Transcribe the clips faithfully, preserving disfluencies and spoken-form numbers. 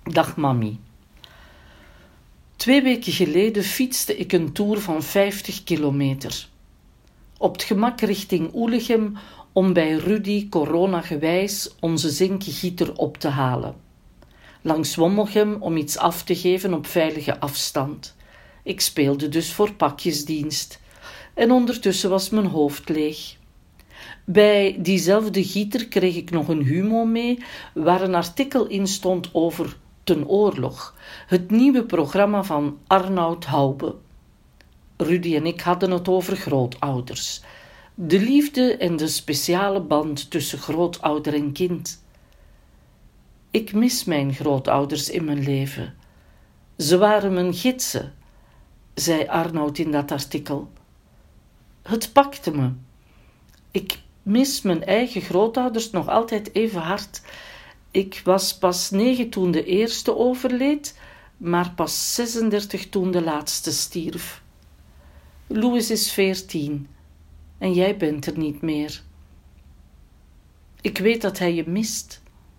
Dag mami. Twee weken geleden fietste ik een tour van vijftig kilometer. Op het gemak richting Oelichem om bij Rudy coronagewijs onze zinkgieter op te halen. Langs Wommelgem om iets af te geven op veilige afstand. Ik speelde dus voor pakjesdienst. En ondertussen was mijn hoofd leeg. Bij diezelfde gieter kreeg ik nog een humo mee, waar een artikel in stond over Ten Oorlog, het nieuwe programma van Arnoud Haube. Rudy en ik hadden het over grootouders. De liefde en de speciale band tussen grootouder en kind. Ik mis mijn grootouders in mijn leven. Ze waren mijn gidsen, zei Arnoud in dat artikel. Het pakte me. Ik mis mijn eigen grootouders nog altijd even hard. Ik was pas negen toen de eerste overleed, maar pas zesendertig toen de laatste stierf. Louis is veertien en jij bent er niet meer. Ik weet dat hij je mist.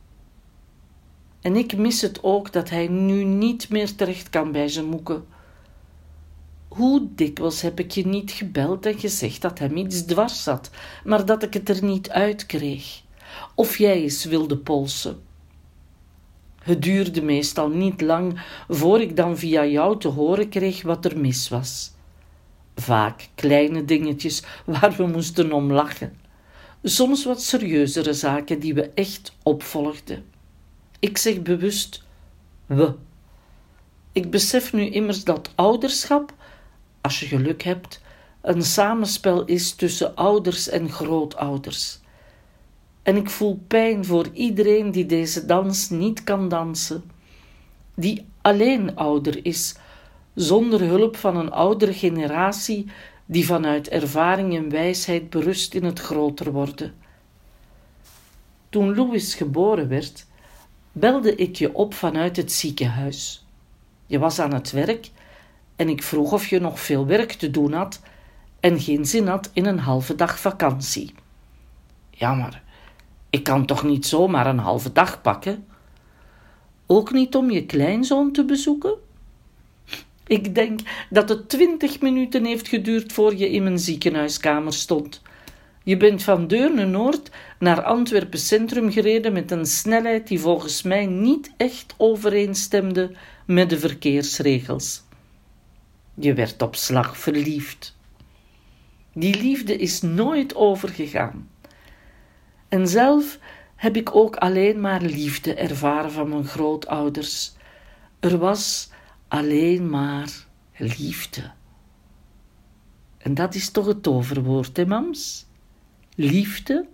En ik mis het ook dat hij nu niet meer terecht kan bij zijn moeke. Hoe dikwijls heb ik je niet gebeld en gezegd dat hem iets dwars zat, maar dat ik het er niet uit kreeg. Of jij eens wilde polsen. Het duurde meestal niet lang voor ik dan via jou te horen kreeg wat er mis was. Vaak kleine dingetjes waar we moesten om lachen. Soms wat serieuzere zaken die we echt opvolgden. Ik zeg bewust we. Ik besef nu immers dat ouderschap, als je geluk hebt, een samenspel is tussen ouders en grootouders. En ik voel pijn voor iedereen die deze dans niet kan dansen, die alleen ouder is, zonder hulp van een oudere generatie die vanuit ervaring en wijsheid berust in het groter worden. Toen Louis geboren werd, belde ik je op vanuit het ziekenhuis. Je was aan het werk en ik vroeg of je nog veel werk te doen had en geen zin had in een halve dag vakantie. Ja, maar ik kan toch niet zomaar een halve dag pakken? Ook niet om je kleinzoon te bezoeken? Ik denk dat het twintig minuten heeft geduurd voor je in mijn ziekenhuiskamer stond. Je bent van Deurne-Noord naar Antwerpen Centrum gereden met een snelheid die volgens mij niet echt overeenstemde met de verkeersregels. Je werd op slag verliefd. Die liefde is nooit overgegaan. En zelf heb ik ook alleen maar liefde ervaren van mijn grootouders. Er was alleen maar liefde. En dat is toch het toverwoord, hè, mams? Liefde.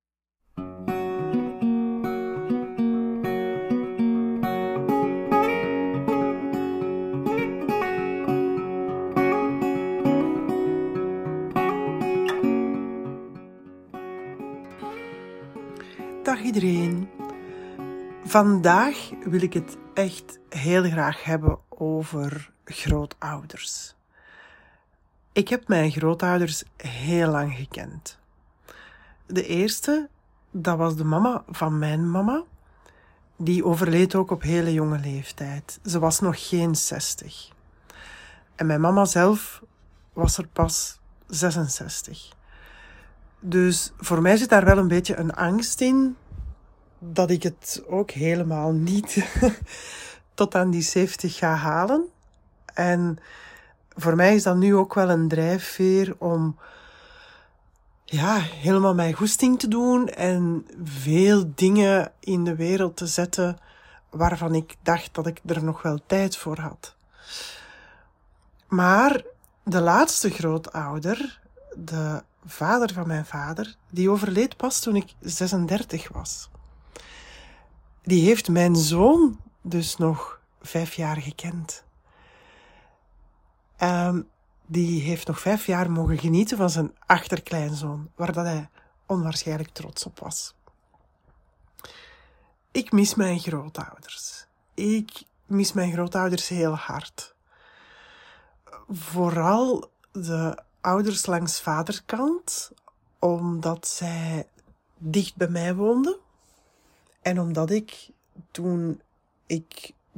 Dag iedereen. Vandaag wil ik het echt heel graag hebben over grootouders. Ik heb mijn grootouders heel lang gekend. De eerste, dat was de mama van mijn mama. Die overleed ook op hele jonge leeftijd. Ze was nog geen zestig. En mijn mama zelf was er pas zesenzestig. Dus voor mij zit daar wel een beetje een angst in dat ik het ook helemaal niet tot aan die zeventig ga halen. En voor mij is dat nu ook wel een drijfveer om ja, helemaal mijn goesting te doen en veel dingen in de wereld te zetten waarvan ik dacht dat ik er nog wel tijd voor had. Maar de laatste grootouder, de vader van mijn vader, die overleed pas toen ik zesendertig was. Die heeft mijn zoon dus nog vijf jaar gekend. Um, die heeft nog vijf jaar mogen genieten van zijn achterkleinzoon, waar dat hij onwaarschijnlijk trots op was. Ik mis mijn grootouders. Ik mis mijn grootouders heel hard. Vooral de ouders langs vaderkant, omdat zij dicht bij mij woonden. En omdat ik, toen ik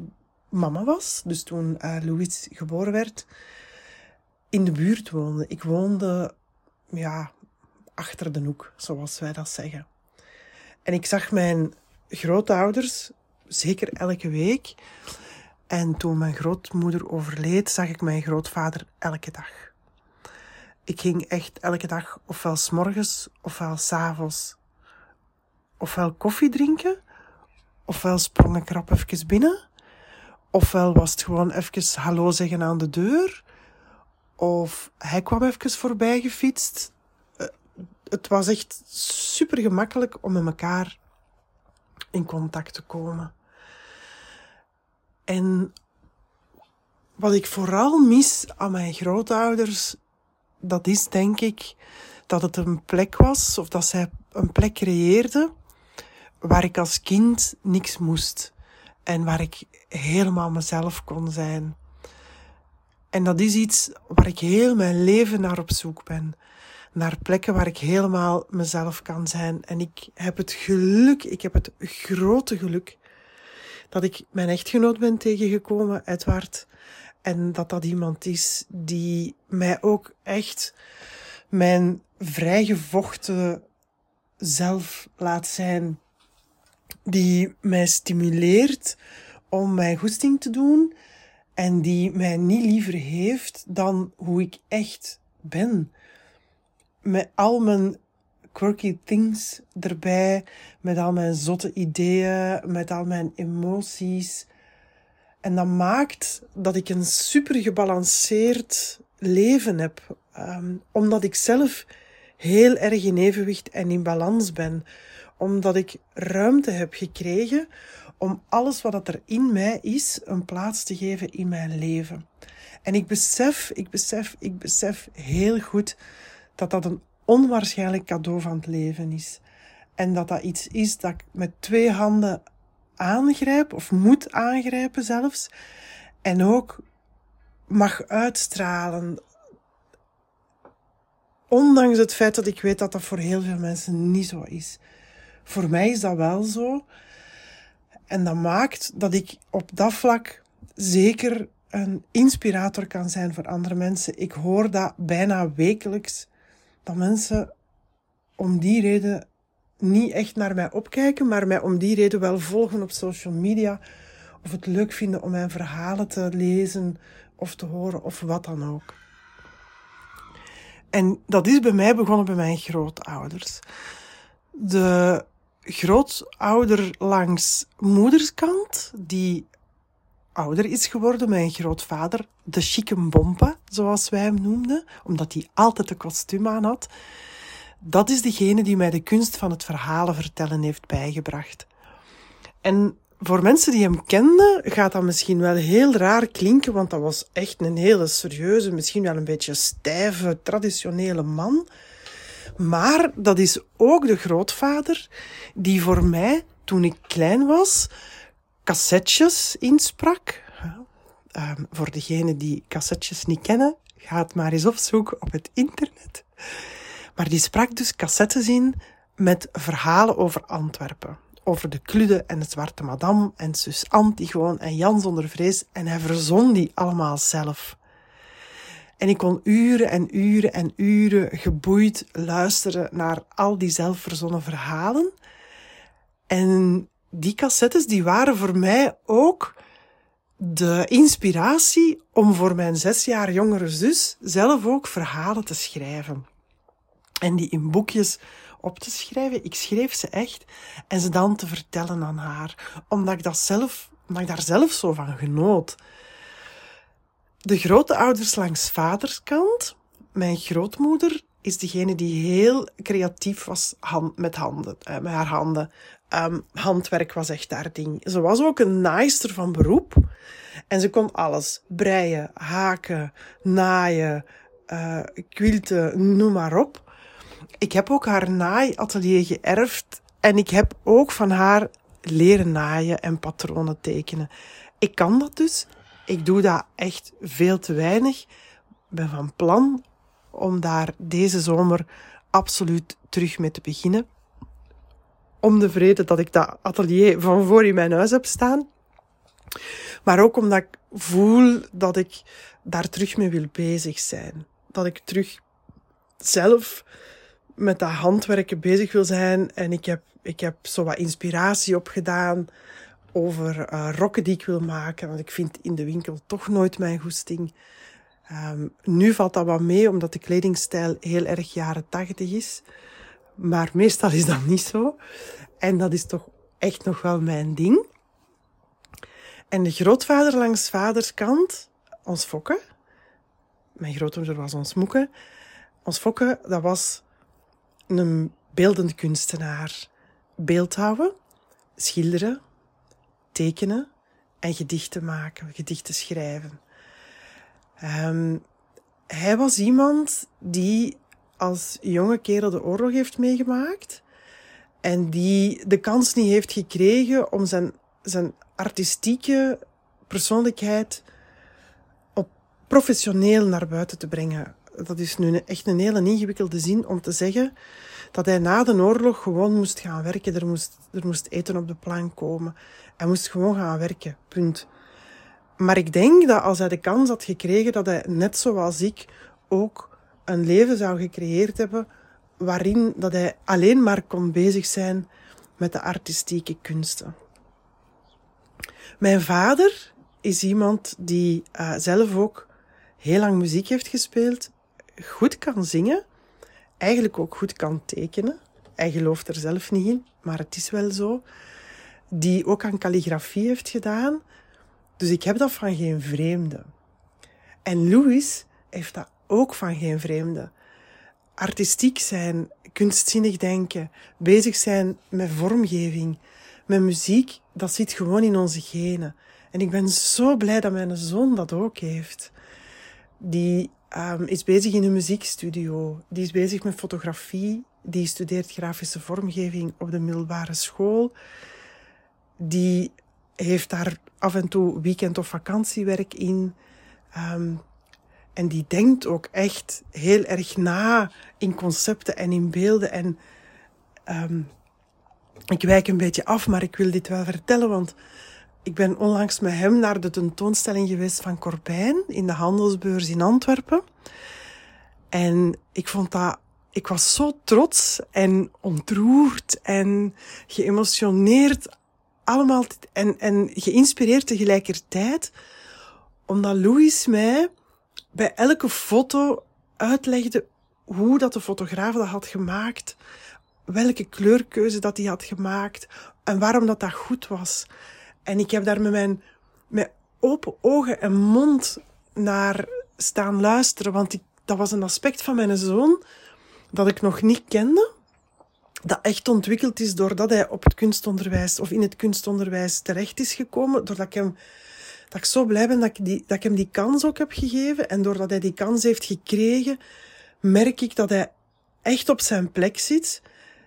mama was, dus toen uh, Louis geboren werd, in de buurt woonde. Ik woonde, ja, achter de hoek, zoals wij dat zeggen. En ik zag mijn grootouders, zeker elke week. En toen mijn grootmoeder overleed, zag ik mijn grootvader elke dag. Ik ging echt elke dag, ofwel 's morgens, ofwel 's avonds, ofwel koffie drinken, ofwel sprong ik rap even binnen, ofwel was het gewoon even hallo zeggen aan de deur, of hij kwam even voorbij gefietst. Het was echt super gemakkelijk om met elkaar in contact te komen. En wat ik vooral mis aan mijn grootouders, dat is denk ik dat het een plek was, of dat zij een plek creëerden, waar ik als kind niks moest. En waar ik helemaal mezelf kon zijn. En dat is iets waar ik heel mijn leven naar op zoek ben. Naar plekken waar ik helemaal mezelf kan zijn. En ik heb het geluk, ik heb het grote geluk, dat ik mijn echtgenoot ben tegengekomen, Edward. En dat dat iemand is die mij ook echt mijn vrijgevochten zelf laat zijn. Die mij stimuleert om mijn goesting te doen. En die mij niet liever heeft dan hoe ik echt ben. Met al mijn quirky things erbij. Met al mijn zotte ideeën. Met al mijn emoties. En dat maakt dat ik een super gebalanceerd leven heb. Um, omdat ik zelf heel erg in evenwicht en in balans ben. Omdat ik ruimte heb gekregen om alles wat er in mij is, een plaats te geven in mijn leven. En ik besef, ik besef, ik besef heel goed dat dat een onwaarschijnlijk cadeau van het leven is. En dat dat iets is dat ik met twee handen aangrijp, of moet aangrijpen zelfs. En ook mag uitstralen. Ondanks het feit dat ik weet dat dat voor heel veel mensen niet zo is. Voor mij is dat wel zo. En dat maakt dat ik op dat vlak zeker een inspirator kan zijn voor andere mensen. Ik hoor dat bijna wekelijks. Dat mensen om die reden niet echt naar mij opkijken, maar mij om die reden wel volgen op social media. Of het leuk vinden om mijn verhalen te lezen of te horen of wat dan ook. En dat is bij mij begonnen bij mijn grootouders. De grootouder langs moederskant, die ouder is geworden, mijn grootvader, de chique bompa, zoals wij hem noemden, omdat hij altijd een kostuum aan had. Dat is degene die mij de kunst van het verhalen vertellen heeft bijgebracht. En voor mensen die hem kenden, gaat dat misschien wel heel raar klinken, want dat was echt een hele serieuze, misschien wel een beetje stijve, traditionele man. Maar dat is ook de grootvader die voor mij, toen ik klein was, cassettes insprak. Uh, voor degenen die cassettes niet kennen, ga het maar eens opzoeken op het internet. Maar die sprak dus cassettes in met verhalen over Antwerpen. Over de Klude en de Zwarte Madame en zus Antigoon en Jan zonder vrees. En hij verzon die allemaal zelf. En ik kon uren en uren en uren geboeid luisteren naar al die zelfverzonnen verhalen. En die cassettes die waren voor mij ook de inspiratie om voor mijn zes jaar jongere zus zelf ook verhalen te schrijven. En die in boekjes op te schrijven. Ik schreef ze echt. En ze dan te vertellen aan haar. Omdat ik, dat zelf, omdat ik daar zelf zo van genoot. De grootouders langs vaderskant. Mijn grootmoeder is degene die heel creatief was hand, met, handen, eh, met haar handen. Um, handwerk was echt haar ding. Ze was ook een naaister van beroep. En ze kon alles. Breien, haken, naaien, uh, quilten, noem maar op. Ik heb ook haar naaiatelier geërfd. En ik heb ook van haar leren naaien en patronen tekenen. Ik kan dat dus. Ik doe dat echt veel te weinig. Ik ben van plan om daar deze zomer absoluut terug mee te beginnen. Om de vrede dat ik dat atelier van voor in mijn huis heb staan. Maar ook omdat ik voel dat ik daar terug mee wil bezig zijn. Dat ik terug zelf met dat handwerken bezig wil zijn. En ik heb, ik heb zo wat inspiratie opgedaan over uh, rokken die ik wil maken. Want ik vind in de winkel toch nooit mijn goesting. Um, nu valt dat wat mee, omdat de kledingstijl heel erg jaren tachtig is. Maar meestal is dat niet zo. En dat is toch echt nog wel mijn ding. En de grootvader langs vaderskant, ons Fokke. Mijn grootmoeder was ons Moeke. Ons Fokke, dat was een beeldend kunstenaar. Beeldhouwen, schilderen, tekenen en gedichten maken, gedichten schrijven. Um, hij was iemand die als jonge kerel de oorlog heeft meegemaakt en die de kans niet heeft gekregen om zijn, zijn artistieke persoonlijkheid op professioneel naar buiten te brengen. Dat is nu echt een hele ingewikkelde zin om te zeggen dat hij na de oorlog gewoon moest gaan werken. Er moest, er moest eten op de plank komen. Hij moest gewoon gaan werken, punt. Maar ik denk dat als hij de kans had gekregen, dat hij net zoals ik ook een leven zou gecreëerd hebben waarin dat hij alleen maar kon bezig zijn met de artistieke kunsten. Mijn vader is iemand die uh, zelf ook heel lang muziek heeft gespeeld, goed kan zingen, eigenlijk ook goed kan tekenen. Hij gelooft er zelf niet in, maar het is wel zo. Die ook aan kalligrafie heeft gedaan. Dus ik heb dat van geen vreemde. En Louis heeft dat ook van geen vreemde. Artistiek zijn, kunstzinnig denken, bezig zijn met vormgeving, met muziek, dat zit gewoon in onze genen. En ik ben zo blij dat mijn zoon dat ook heeft. Die um, is bezig in een muziekstudio, die is bezig met fotografie, die studeert grafische vormgeving op de middelbare school. Die heeft daar af en toe weekend- of vakantiewerk in. Um, en die denkt ook echt heel erg na in concepten en in beelden. En um, ik wijk een beetje af, maar ik wil dit wel vertellen, want ik ben onlangs met hem naar de tentoonstelling geweest van Corbijn in de handelsbeurs in Antwerpen. En ik vond dat, ik was zo trots en ontroerd en geëmotioneerd, allemaal en, en geïnspireerd tegelijkertijd, omdat Louis mij bij elke foto uitlegde hoe dat de fotograaf dat had gemaakt, welke kleurkeuze dat hij had gemaakt en waarom dat dat goed was. En ik heb daar met mijn met open ogen en mond naar staan luisteren, want ik, dat was een aspect van mijn zoon dat ik nog niet kende, dat echt ontwikkeld is doordat hij op het kunstonderwijs of in het kunstonderwijs terecht is gekomen, doordat ik hem, dat ik zo blij ben dat ik, die, dat ik hem die kans ook heb gegeven en doordat hij die kans heeft gekregen, merk ik dat hij echt op zijn plek zit.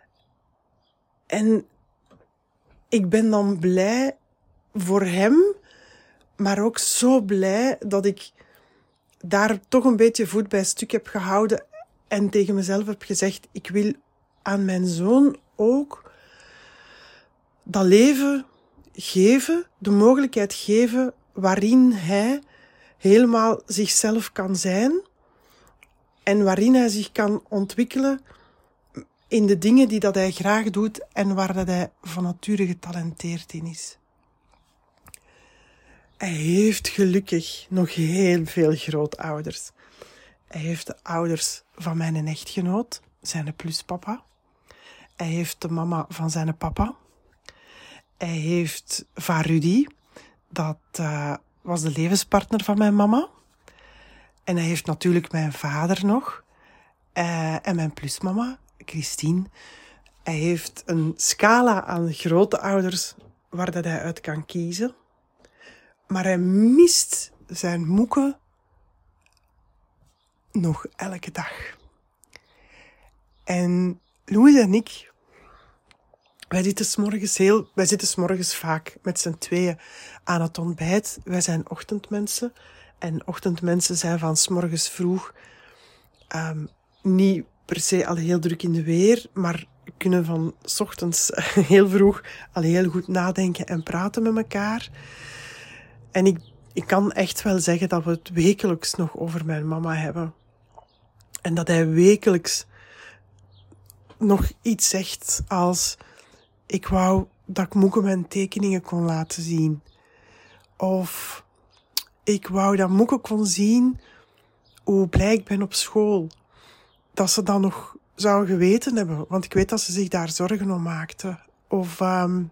En ik ben dan blij voor hem, maar ook zo blij dat ik daar toch een beetje voet bij stuk heb gehouden en tegen mezelf heb gezegd, ik wil aan mijn zoon ook dat leven geven, de mogelijkheid geven waarin hij helemaal zichzelf kan zijn en waarin hij zich kan ontwikkelen in de dingen die dat hij graag doet en waar dat hij van nature getalenteerd in is. Hij heeft gelukkig nog heel veel grootouders. Hij heeft de ouders van mijn echtgenoot, zijn pluspapa. Hij heeft de mama van zijn papa. Hij heeft van Rudy, dat uh, was de levenspartner van mijn mama. En hij heeft natuurlijk mijn vader nog. Uh, en mijn plusmama, Christine. Hij heeft een scala aan grootouders waar dat hij uit kan kiezen. Maar hij mist zijn moeke nog elke dag. En Louis en ik, wij zitten 's morgens heel, wij zitten 's morgens vaak met z'n tweeën aan het ontbijt. Wij zijn ochtendmensen. En ochtendmensen zijn van 's morgens vroeg um, niet per se al heel druk in de weer, maar kunnen van 's ochtends heel vroeg al heel goed nadenken en praten met elkaar. En ik, ik kan echt wel zeggen dat we het wekelijks nog over mijn mama hebben. En dat hij wekelijks nog iets zegt als... Ik wou dat ik Moeke mijn tekeningen kon laten zien. Of ik wou dat Moeke kon zien hoe blij ik ben op school. Dat ze dat nog zou geweten hebben. Want ik weet dat ze zich daar zorgen om maakte. Of um,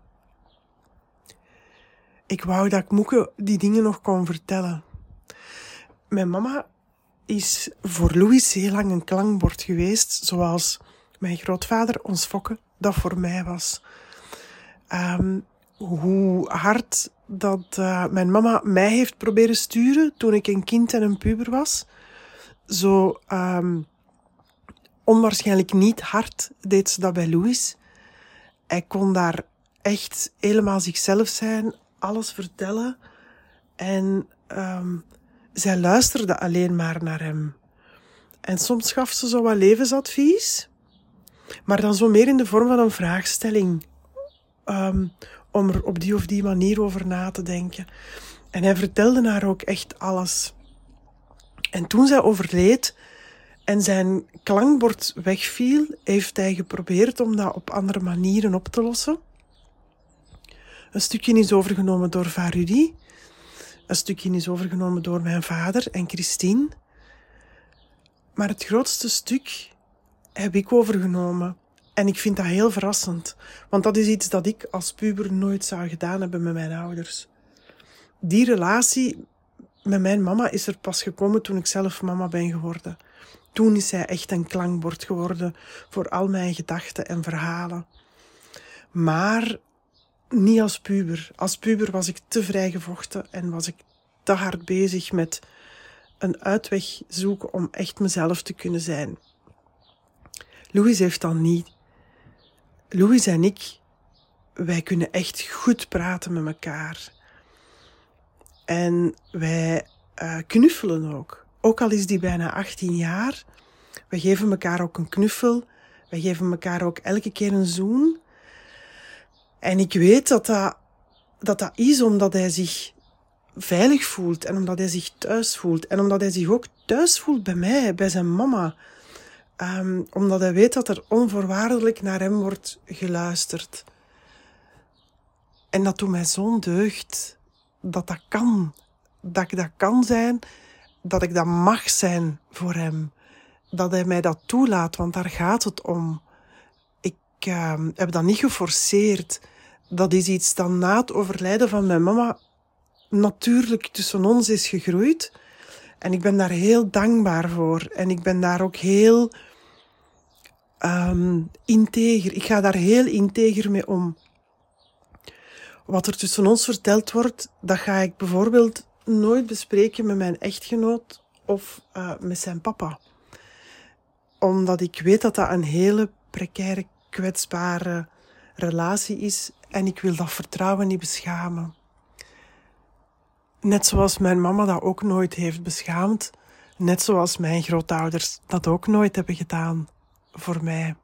ik wou dat ik Moeke die dingen nog kon vertellen. Mijn mama is voor Louis heel lang een klankbord geweest. Zoals mijn grootvader, ons Fokke, dat voor mij was. Um, hoe hard dat uh, mijn mama mij heeft proberen sturen toen ik een kind en een puber was. Zo um, onwaarschijnlijk niet hard deed ze dat bij Louis. Hij kon daar echt helemaal zichzelf zijn, alles vertellen. En um, zij luisterde alleen maar naar hem. En soms gaf ze zo wat levensadvies, maar dan zo meer in de vorm van een vraagstelling. Um, om er op die of die manier over na te denken. En hij vertelde haar ook echt alles. En toen zij overleed en zijn klankbord wegviel, heeft hij geprobeerd om dat op andere manieren op te lossen. Een stukje is overgenomen door Varudi. Een stukje is overgenomen door mijn vader en Christine. Maar het grootste stuk heb ik overgenomen. En ik vind dat heel verrassend. Want dat is iets dat ik als puber nooit zou gedaan hebben met mijn ouders. Die relatie met mijn mama is er pas gekomen toen ik zelf mama ben geworden. Toen is zij echt een klankbord geworden voor al mijn gedachten en verhalen. Maar niet als puber. Als puber was ik te vrijgevochten en was ik te hard bezig met een uitweg zoeken om echt mezelf te kunnen zijn. Louis heeft dat niet. Louis en ik, wij kunnen echt goed praten met elkaar. En wij uh, knuffelen ook. Ook al is die bijna achttien jaar. We geven elkaar ook een knuffel. We geven elkaar ook elke keer een zoen. En ik weet dat dat, dat, dat is omdat hij zich veilig voelt. En omdat hij zich thuis voelt. En omdat hij zich ook thuis voelt bij mij, bij zijn mama. Um, omdat hij weet dat er onvoorwaardelijk naar hem wordt geluisterd. En dat doet mij zo'n deugd dat dat kan. Dat ik dat kan zijn, dat ik dat mag zijn voor hem. Dat hij mij dat toelaat, want daar gaat het om. Ik uh, heb dat niet geforceerd. Dat is iets dat na het overlijden van mijn mama natuurlijk tussen ons is gegroeid. En ik ben daar heel dankbaar voor. En ik ben daar ook heel um, integer. Ik ga daar heel integer mee om. Wat er tussen ons verteld wordt, dat ga ik bijvoorbeeld nooit bespreken met mijn echtgenoot of uh, met zijn papa. Omdat ik weet dat dat een hele precaire, kwetsbare relatie is. En ik wil dat vertrouwen niet beschamen. Net zoals mijn mama dat ook nooit heeft beschaamd. Net zoals mijn grootouders dat ook nooit hebben gedaan voor mij.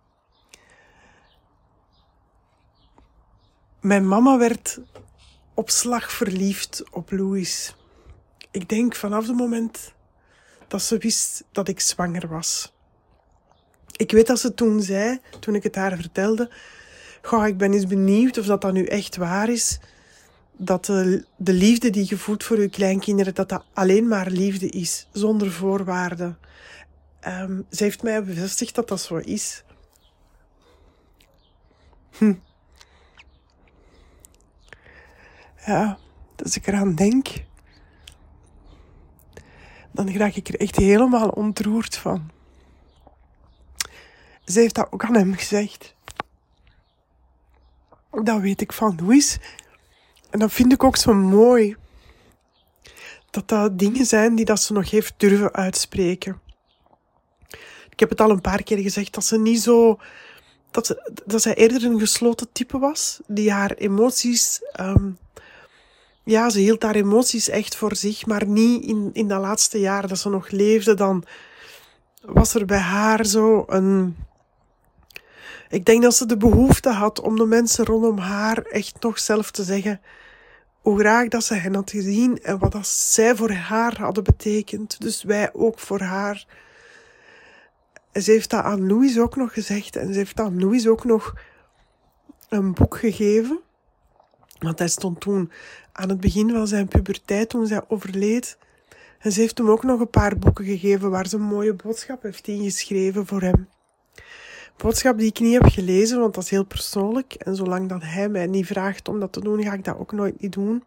Mijn mama werd op slag verliefd op Louis. Ik denk vanaf het moment dat ze wist dat ik zwanger was. Ik weet dat ze toen zei, toen ik het haar vertelde, goh, ik ben eens benieuwd of dat, dat nu echt waar is. Dat de, de liefde die je voelt voor je kleinkinderen, dat dat alleen maar liefde is, zonder voorwaarden. Um, ze heeft mij bevestigd dat dat zo is. Hm. Ja, als ik eraan denk, dan raak ik er echt helemaal ontroerd van. Ze heeft dat ook aan hem gezegd. Dat weet ik van Louis. En dat vind ik ook zo mooi. Dat dat dingen zijn die dat ze nog heeft durven uitspreken. Ik heb het al een paar keer gezegd, dat ze niet zo... Dat, ze, dat zij eerder een gesloten type was, die haar emoties... Um, ja, ze hield haar emoties echt voor zich, maar niet in, in dat laatste jaar dat ze nog leefde. Dan was er bij haar zo een... Ik denk dat ze de behoefte had om de mensen rondom haar echt nog zelf te zeggen hoe graag dat ze hen had gezien en wat dat zij voor haar hadden betekend. Dus wij ook voor haar. En ze heeft dat aan Louis ook nog gezegd. En ze heeft aan Louis ook nog een boek gegeven. Want hij stond toen aan het begin van zijn puberteit, toen zij overleed. En ze heeft hem ook nog een paar boeken gegeven waar ze een mooie boodschap heeft ingeschreven voor hem. Boodschap die ik niet heb gelezen, want dat is heel persoonlijk. En zolang dat hij mij niet vraagt om dat te doen, ga ik dat ook nooit niet doen.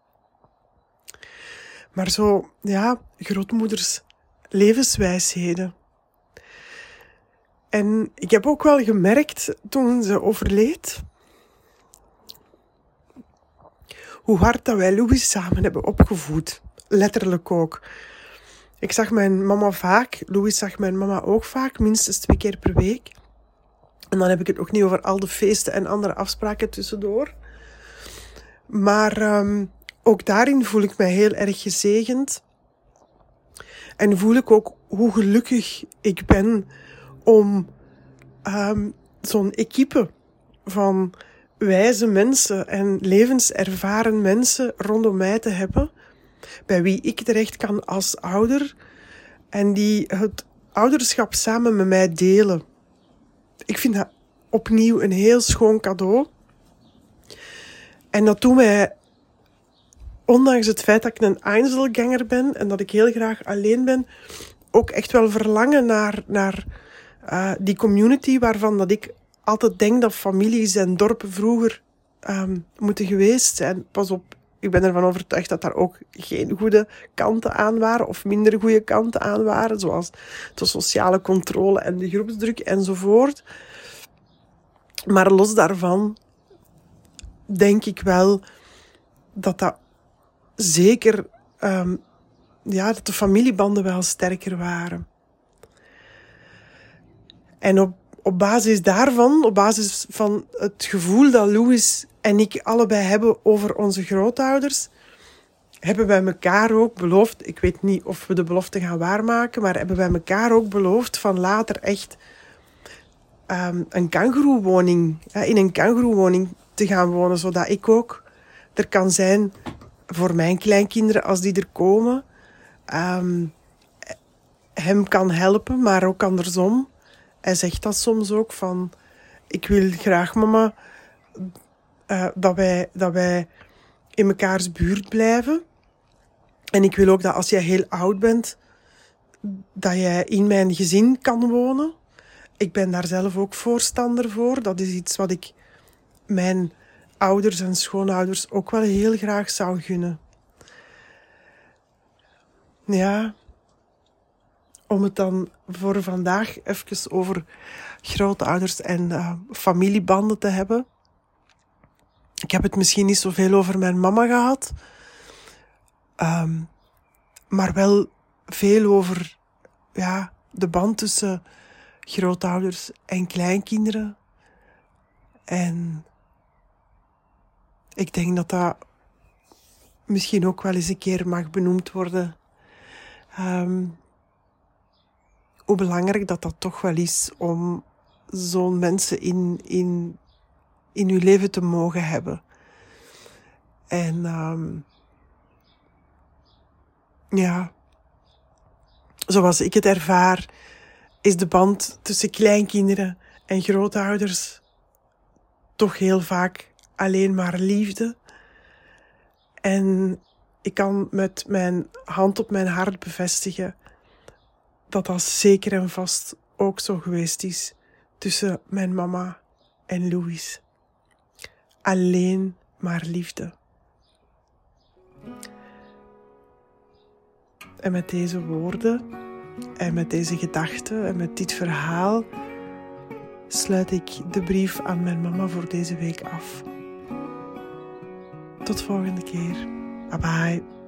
Maar zo, ja, grootmoeders levenswijsheden. En ik heb ook wel gemerkt, toen ze overleed, hoe hard dat wij Louis samen hebben opgevoed. Letterlijk ook. Ik zag mijn mama vaak, Louis zag mijn mama ook vaak, minstens twee keer per week. En dan heb ik het ook niet over al de feesten en andere afspraken tussendoor. Maar um, ook daarin voel ik mij heel erg gezegend. En voel ik ook hoe gelukkig ik ben om um, zo'n equipe van wijze mensen en levenservaren mensen rondom mij te hebben, bij wie ik terecht kan als ouder en die het ouderschap samen met mij delen. Ik vind dat opnieuw een heel schoon cadeau. En dat doet mij, ondanks het feit dat ik een Einzelganger ben en dat ik heel graag alleen ben, ook echt wel verlangen naar, naar uh, die community waarvan dat ik altijd denk dat families en dorpen vroeger um, moeten geweest zijn. Pas op, ik ben ervan overtuigd dat daar ook geen goede kanten aan waren of minder goede kanten aan waren, zoals de sociale controle en de groepsdruk enzovoort. Maar los daarvan denk ik wel dat dat zeker, um, ja, dat de familiebanden wel sterker waren. En op, op basis daarvan, op basis van het gevoel dat Louis en ik allebei hebben over onze grootouders, hebben wij elkaar ook beloofd, ik weet niet of we de belofte gaan waarmaken, maar hebben wij elkaar ook beloofd van later echt um, een kangoeroewoning, ja, in een kangoeroewoning te gaan wonen, zodat ik ook er kan zijn voor mijn kleinkinderen als die er komen, um, hem kan helpen, maar ook andersom. Hij zegt dat soms ook van, ik wil graag, mama, uh, dat wij, dat wij in mekaars buurt blijven. En ik wil ook dat als jij heel oud bent, dat jij in mijn gezin kan wonen. Ik ben daar zelf ook voorstander voor. Dat is iets wat ik mijn ouders en schoonouders ook wel heel graag zou gunnen. Ja, om het dan voor vandaag even over grootouders en uh, familiebanden te hebben. Ik heb het misschien niet zoveel over mijn mama gehad, um, maar wel veel over ja, de band tussen grootouders en kleinkinderen. En ik denk dat dat misschien ook wel eens een keer mag benoemd worden. Um, hoe belangrijk dat dat toch wel is om zo'n mensen in, in, in uw leven te mogen hebben. En um, ja, zoals ik het ervaar, is de band tussen kleinkinderen en grootouders toch heel vaak alleen maar liefde. En ik kan met mijn hand op mijn hart bevestigen dat dat zeker en vast ook zo geweest is tussen mijn mama en Louis. Alleen maar liefde. En met deze woorden en met deze gedachten en met dit verhaal sluit ik de brief aan mijn mama voor deze week af. Tot volgende keer. Bye bye.